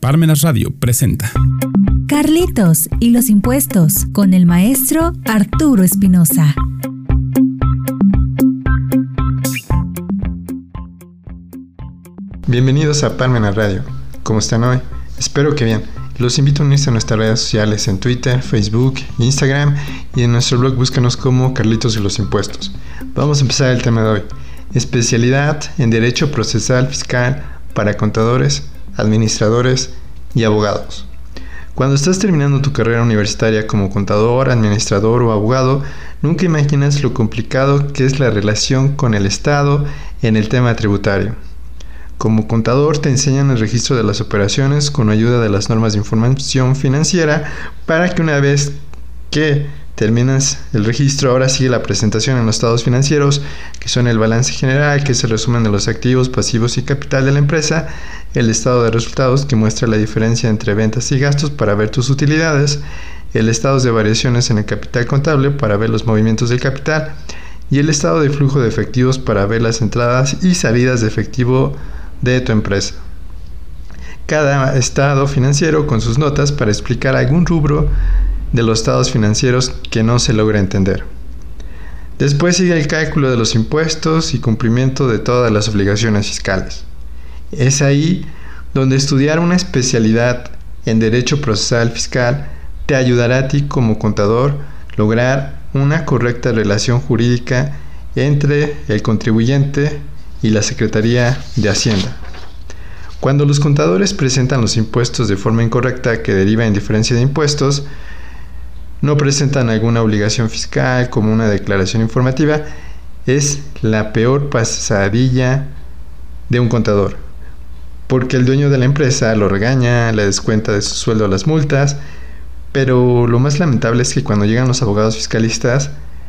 Parmenas Radio presenta Carlitos y los impuestos con el maestro Arturo Espinosa. Bienvenidos a Parmenas Radio. ¿Cómo están hoy? Espero que bien. Los invito a unirse a nuestras redes sociales en Twitter, Facebook, Instagram y en nuestro blog búscanos como Carlitos y los impuestos. Vamos a empezar el tema de hoy. Especialidad en Derecho Procesal Fiscal para contadores, administradores y abogados. Cuando estás terminando tu carrera universitaria como contador, administrador o abogado, nunca imaginas lo complicado que es la relación con el Estado en el tema tributario. Como contador te enseñan el registro de las operaciones con ayuda de las normas de información financiera para que una vez que terminas el registro, ahora sigue la presentación en los estados financieros, que son el balance general, que es el resumen de los activos, pasivos y capital de la empresa, el estado de resultados, que muestra la diferencia entre ventas y gastos para ver tus utilidades, el estado de variaciones en el capital contable para ver los movimientos del capital, y el estado de flujo de efectivos para ver las entradas y salidas de efectivo de tu empresa. Cada estado financiero con sus notas para explicar algún rubro de los estados financieros que no se logra entender. Después sigue el cálculo de los impuestos y cumplimiento de todas las obligaciones fiscales. Es ahí donde estudiar una especialidad en Derecho Procesal Fiscal te ayudará a ti como contador lograr una correcta relación jurídica entre el contribuyente y la Secretaría de Hacienda. Cuando los contadores presentan los impuestos de forma incorrecta que deriva en diferencia de impuestos, no presentan alguna obligación fiscal como una declaración informativa, es la peor pesadilla de un contador, porque el dueño de la empresa lo regaña, le descuenta de su sueldo las multas, pero lo más lamentable es que cuando llegan los abogados fiscalistas,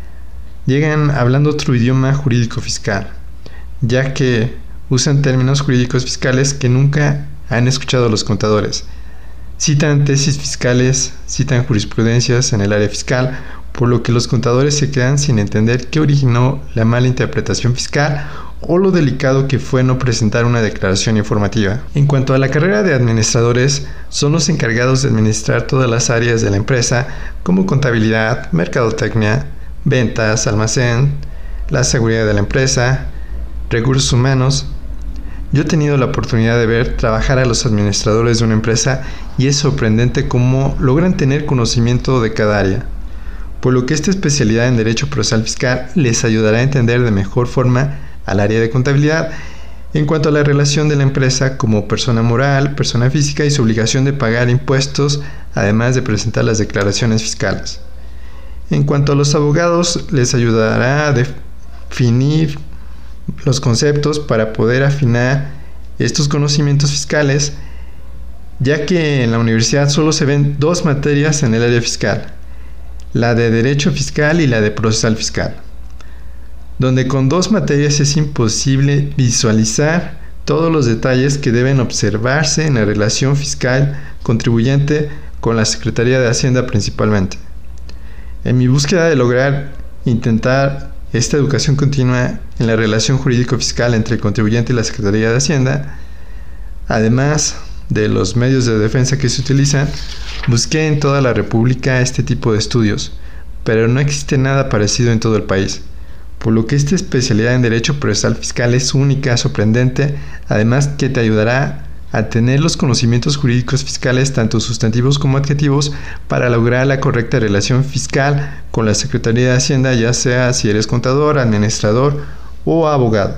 llegan hablando otro idioma jurídico fiscal, ya que usan términos jurídicos fiscales que nunca han escuchado los contadores. Citan tesis fiscales, citan jurisprudencias en el área fiscal, por lo que los contadores se quedan sin entender qué originó la mala interpretación fiscal o lo delicado que fue no presentar una declaración informativa. En cuanto a la carrera de administradores, son los encargados de administrar todas las áreas de la empresa, como contabilidad, mercadotecnia, ventas, almacén, la seguridad de la empresa, recursos humanos. Yo he tenido la oportunidad de ver trabajar a los administradores de una empresa y es sorprendente cómo logran tener conocimiento de cada área, por lo que esta especialidad en Derecho Procesal Fiscal les ayudará a entender de mejor forma al área de contabilidad en cuanto a la relación de la empresa como persona moral, persona física y su obligación de pagar impuestos, además de presentar las declaraciones fiscales. En cuanto a los abogados, les ayudará a definir los conceptos para poder afinar estos conocimientos fiscales, ya que en la universidad solo se ven dos materias en el área fiscal, la de Derecho Fiscal y la de Procesal Fiscal, donde con dos materias es imposible visualizar todos los detalles que deben observarse en la relación fiscal contribuyente con la Secretaría de Hacienda principalmente. En mi búsqueda de lograr intentar esta educación continua en la relación jurídico-fiscal entre el contribuyente y la Secretaría de Hacienda, además de los medios de defensa que se utilizan, busqué en toda la República este tipo de estudios, pero no existe nada parecido en todo el país, por lo que esta especialidad en Derecho Procesal Fiscal es única, sorprendente, además que te ayudará a tener los conocimientos jurídicos fiscales, tanto sustantivos como adjetivos, para lograr la correcta relación fiscal con la Secretaría de Hacienda, ya sea si eres contador, administrador o abogado.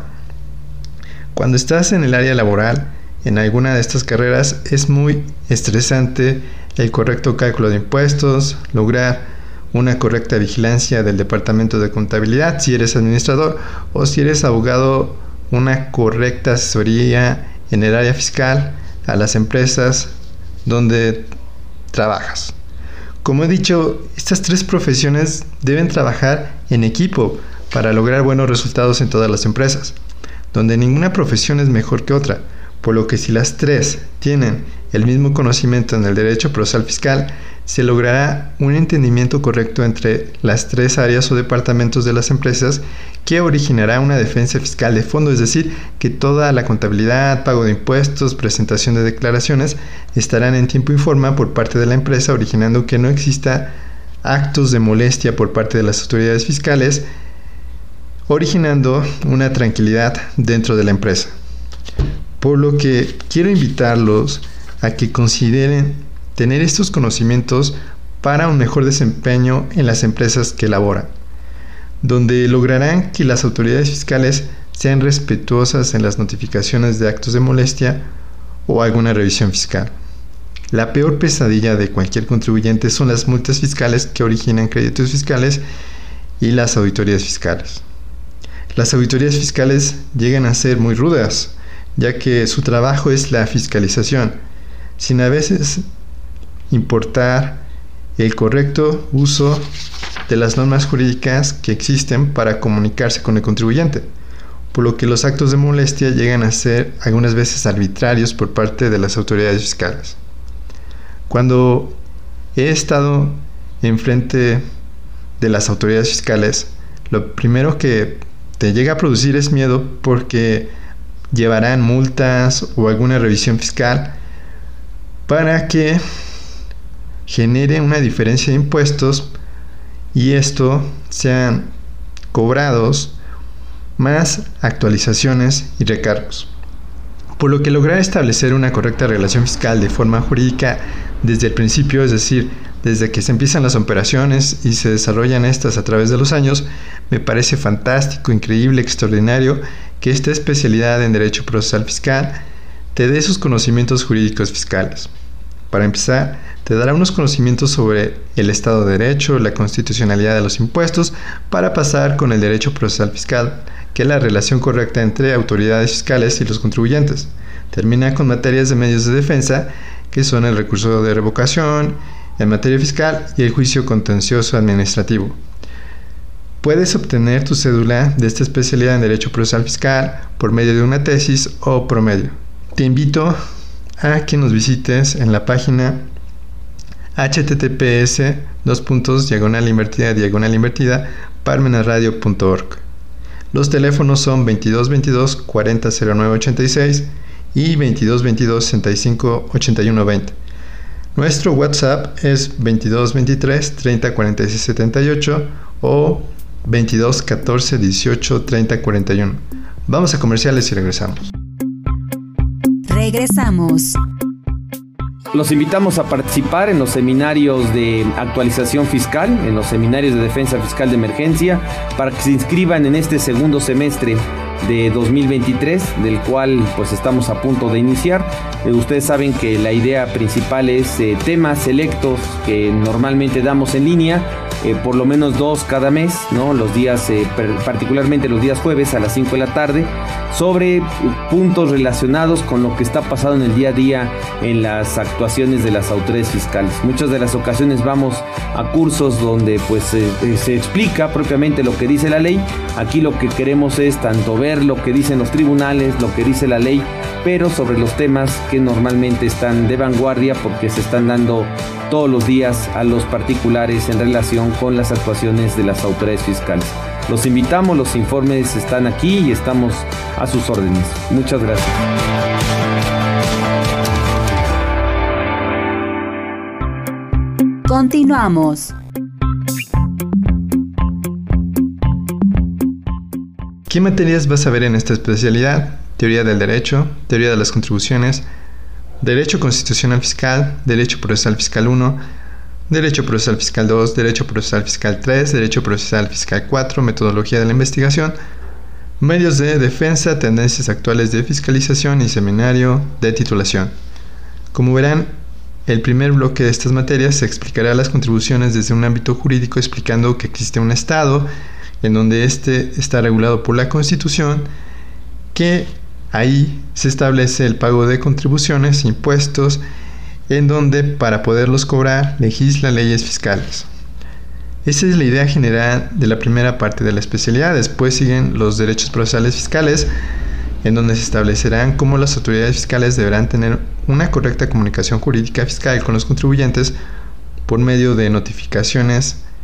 Cuando estás en el área laboral, en alguna de estas carreras, es muy estresante el correcto cálculo de impuestos, lograr una correcta vigilancia del departamento de contabilidad si eres administrador, o si eres abogado, una correcta asesoría en el área fiscal a las empresas donde trabajas. Como he dicho, estas tres profesiones deben trabajar en equipo para lograr buenos resultados en todas las empresas, donde ninguna profesión es mejor que otra, por lo que si las tres tienen el mismo conocimiento en el Derecho Procesal Fiscal, se logrará un entendimiento correcto entre las tres áreas o departamentos de las empresas que originará una defensa fiscal de fondo, es decir, que toda la contabilidad, pago de impuestos, presentación de declaraciones estarán en tiempo y forma por parte de la empresa, originando que no exista actos de molestia por parte de las autoridades fiscales, originando una tranquilidad dentro de la empresa. Por lo que quiero invitarlos a que consideren tener estos conocimientos para un mejor desempeño en las empresas que elaboran, donde lograrán que las autoridades fiscales sean respetuosas en las notificaciones de actos de molestia o alguna revisión fiscal. La peor pesadilla de cualquier contribuyente son las multas fiscales que originan créditos fiscales y las auditorías fiscales. Las auditorías fiscales llegan a ser muy rudas, ya que su trabajo es la fiscalización, sin a veces importar el correcto uso de las normas jurídicas que existen para comunicarse con el contribuyente, por lo que los actos de molestia llegan a ser algunas veces arbitrarios por parte de las autoridades fiscales. Cuando he estado enfrente de las autoridades fiscales, lo primero que te llega a producir es miedo, porque llevarán multas o alguna revisión fiscal para que genere una diferencia de impuestos y esto sean cobrados más actualizaciones y recargos. Por lo que lograr establecer una correcta relación fiscal de forma jurídica desde el principio, es decir, desde que se empiezan las operaciones y se desarrollan estas a través de los años, me parece fantástico, increíble, extraordinario que esta especialidad en Derecho Procesal Fiscal te dé sus conocimientos jurídicos fiscales. Para empezar, te dará unos conocimientos sobre el Estado de Derecho, la constitucionalidad de los impuestos, para pasar con el Derecho Procesal Fiscal, que es la relación correcta entre autoridades fiscales y los contribuyentes. Termina con materias de medios de defensa, que son el recurso de revocación, en materia fiscal y el juicio contencioso administrativo. Puedes obtener tu cédula de esta especialidad en Derecho Procesal Fiscal por medio de una tesis o promedio. Te invito a que nos visites en la página https://parmenasradio.org. Los teléfonos son 2222 40 09 86 y 2222 65 81 20. Nuestro WhatsApp es 2223 30 46 78 o 22 14 18 30 41. Vamos a comerciales y regresamos. Regresamos. Los invitamos a participar en los seminarios de actualización fiscal, en los seminarios de defensa fiscal de emergencia, para que se inscriban en este segundo semestre de 2023, del cual pues estamos a punto de iniciar. Ustedes saben que la idea principal es temas selectos que normalmente damos en línea, por lo menos 2 cada mes, ¿no? Los días, particularmente los días jueves a las 5 de la tarde, sobre puntos relacionados con lo que está pasando en el día a día en las actuaciones de las autoridades fiscales. Muchas de las ocasiones vamos a cursos donde pues se explica propiamente lo que dice la ley. Aquí lo que queremos es tanto ver lo que dicen los tribunales, lo que dice la ley, pero sobre los temas que normalmente están de vanguardia porque se están dando todos los días a los particulares en relación con las actuaciones de las autoridades fiscales. Los invitamos, los informes están aquí y estamos a sus órdenes. Muchas gracias. Continuamos. ¿Qué materias vas a ver en esta especialidad? Teoría del derecho, teoría de las contribuciones, Derecho Constitucional Fiscal, Derecho Procesal Fiscal 1, Derecho Procesal Fiscal 2, Derecho Procesal Fiscal 3, Derecho Procesal Fiscal 4, Metodología de la Investigación, Medios de Defensa, Tendencias Actuales de Fiscalización y Seminario de Titulación. Como verán, el primer bloque de estas materias se explicará las contribuciones desde un ámbito jurídico, explicando que existe un Estado en donde éste está regulado por la Constitución, que ahí se establece el pago de contribuciones, impuestos, en donde para poderlos cobrar legisla leyes fiscales. Esa es la idea general de la primera parte de la especialidad. Después siguen los derechos procesales fiscales, en donde se establecerán cómo las autoridades fiscales deberán tener una correcta comunicación jurídica fiscal con los contribuyentes por medio de notificaciones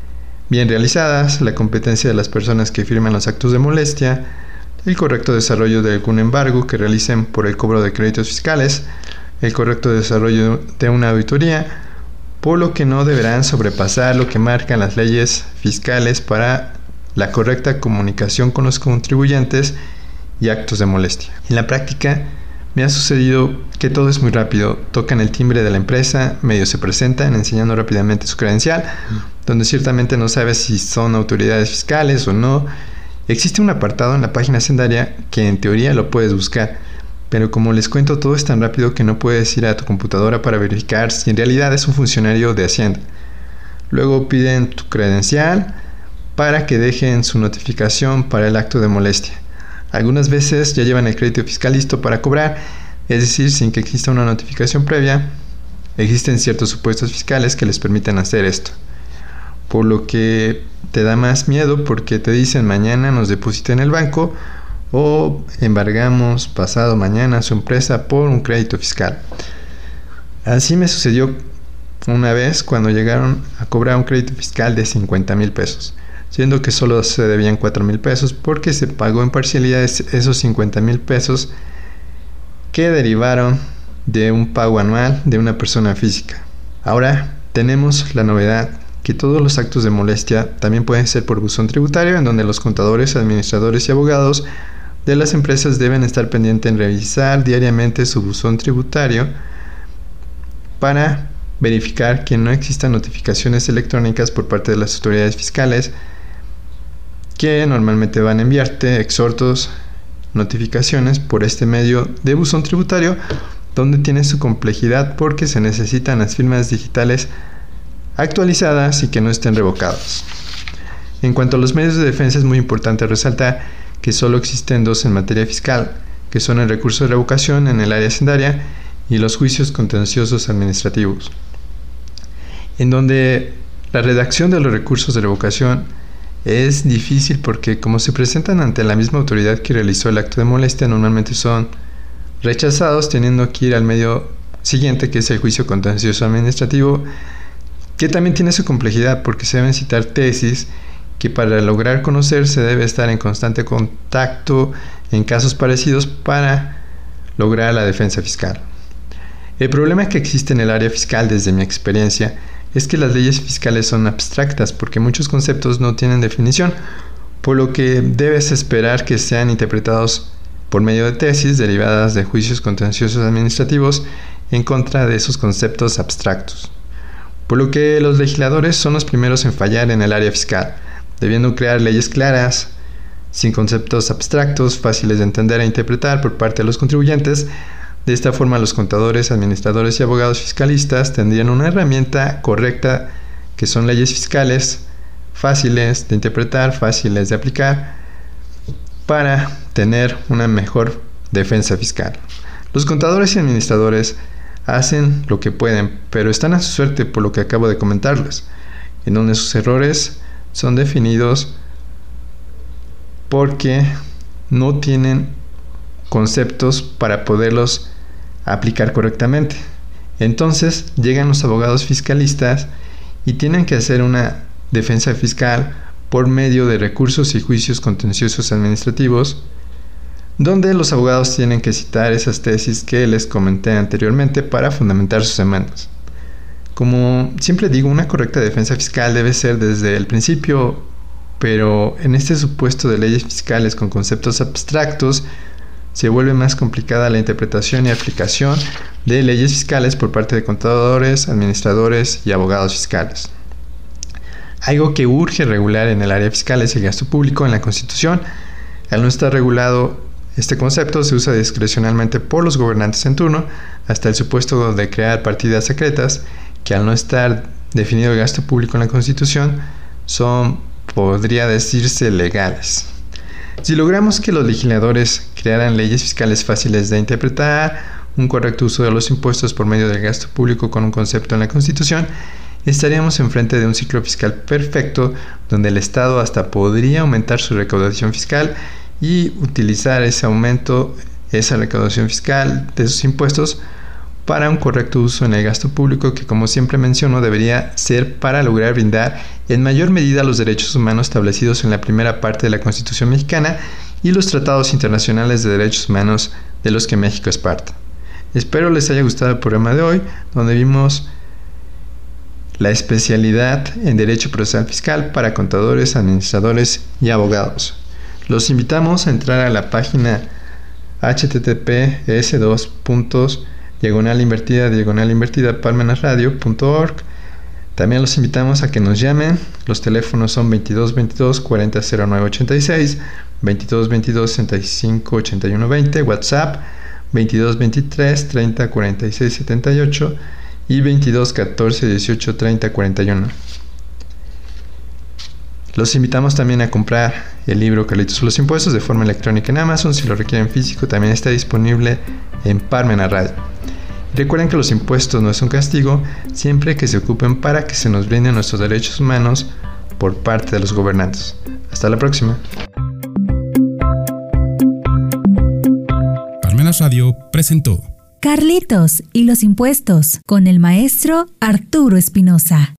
bien realizadas, la competencia de las personas que firman los actos de molestia, el correcto desarrollo de algún embargo que realicen por el cobro de créditos fiscales, el correcto desarrollo de una auditoría, por lo que no deberán sobrepasar lo que marcan las leyes fiscales para la correcta comunicación con los contribuyentes y actos de molestia. En la práctica, me ha sucedido que todo es muy rápido. Tocan el timbre de la empresa, medio se presentan enseñando rápidamente su credencial, donde ciertamente no sabes si son autoridades fiscales o no. Existe un apartado en la página hacendaria que en teoría lo puedes buscar, pero como les cuento, todo es tan rápido que no puedes ir a tu computadora para verificar si en realidad es un funcionario de Hacienda. Luego piden tu credencial para que dejen su notificación para el acto de molestia. Algunas veces ya llevan el crédito fiscal listo para cobrar, es decir, sin que exista una notificación previa. Existen ciertos supuestos fiscales que les permiten hacer esto, por lo que te da más miedo porque te dicen mañana nos deposita en el banco o embargamos pasado mañana su empresa por un crédito fiscal. Así me sucedió una vez cuando llegaron a cobrar un crédito fiscal de 50,000 pesos. Siendo que solo se debían 4,000 pesos porque se pagó en parcialidades esos 50,000 pesos que derivaron de un pago anual de una persona física. Ahora tenemos la novedad que todos los actos de molestia también pueden ser por buzón tributario, en donde los contadores, administradores y abogados de las empresas deben estar pendientes en revisar diariamente su buzón tributario para verificar que no existan notificaciones electrónicas por parte de las autoridades fiscales, que normalmente van a enviarte exhortos, notificaciones por este medio de buzón tributario, donde tiene su complejidad porque se necesitan las firmas digitales actualizadas y que no estén revocadas. En cuanto a los medios de defensa, es muy importante resaltar que solo existen dos en materia fiscal, que son el recurso de revocación en el área hacendaria y los juicios contenciosos administrativos, en donde la redacción de los recursos de revocación es difícil porque como se presentan ante la misma autoridad que realizó el acto de molestia, normalmente son rechazados, teniendo que ir al medio siguiente, que es el juicio contencioso administrativo, que también tiene su complejidad porque se deben citar tesis que para lograr conocer se debe estar en constante contacto en casos parecidos para lograr la defensa fiscal. El problema que existe en el área fiscal, desde mi experiencia, es que las leyes fiscales son abstractas porque muchos conceptos no tienen definición, por lo que debes esperar que sean interpretados por medio de tesis derivadas de juicios contenciosos administrativos en contra de esos conceptos abstractos. Por lo que los legisladores son los primeros en fallar en el área fiscal, debiendo crear leyes claras, sin conceptos abstractos, fáciles de entender e interpretar por parte de los contribuyentes. De esta forma, los contadores, administradores y abogados fiscalistas tendrían una herramienta correcta, que son leyes fiscales fáciles de interpretar, fáciles de aplicar, para tener una mejor defensa fiscal. Los contadores y administradores hacen lo que pueden, pero están a su suerte por lo que acabo de comentarles, en donde sus errores son definidos porque no tienen conceptos para poderlos aplicar correctamente. Entonces llegan los abogados fiscalistas y tienen que hacer una defensa fiscal por medio de recursos y juicios contenciosos administrativos, donde los abogados tienen que citar esas tesis que les comenté anteriormente para fundamentar sus demandas. Como siempre digo, una correcta defensa fiscal debe ser desde el principio, pero en este supuesto de leyes fiscales con conceptos abstractos, se vuelve más complicada la interpretación y aplicación de leyes fiscales por parte de contadores, administradores y abogados fiscales. Algo que urge regular en el área fiscal es el gasto público en la Constitución. Al no estar regulado este concepto, se usa discrecionalmente por los gobernantes en turno, hasta el supuesto de crear partidas secretas, que al no estar definido el gasto público en la Constitución, son, podría decirse, legales. Si logramos que los legisladores crearan leyes fiscales fáciles de interpretar, un correcto uso de los impuestos por medio del gasto público con un concepto en la Constitución, estaríamos enfrente de un ciclo fiscal perfecto, donde el Estado hasta podría aumentar su recaudación fiscal y utilizar ese aumento, esa recaudación fiscal de sus impuestos, para un correcto uso en el gasto público que, como siempre menciono, debería ser para lograr brindar en mayor medida los derechos humanos establecidos en la primera parte de la Constitución mexicana y los tratados internacionales de derechos humanos de los que México es parte. Espero les haya gustado el programa de hoy, donde vimos la especialidad en Derecho Procesal Fiscal para contadores, administradores y abogados. Los invitamos a entrar a la página https://diagonal invertida parmenasradio.org. También los invitamos a que nos llamen. Los teléfonos son 2222 40 09 86, 2222 65 81 20, WhatsApp 2223 30 46 78 y 2214 18 30 41. Los invitamos también a comprar el libro Carlitos los Impuestos de forma electrónica en Amazon. Si lo requieren físico, también está disponible en Parmenas Radio. Recuerden que los impuestos no es un castigo, siempre que se ocupen para que se nos brinden nuestros derechos humanos por parte de los gobernantes. Hasta la próxima. Parmenas Radio presentó Carlitos y los Impuestos con el maestro Arturo Espinosa.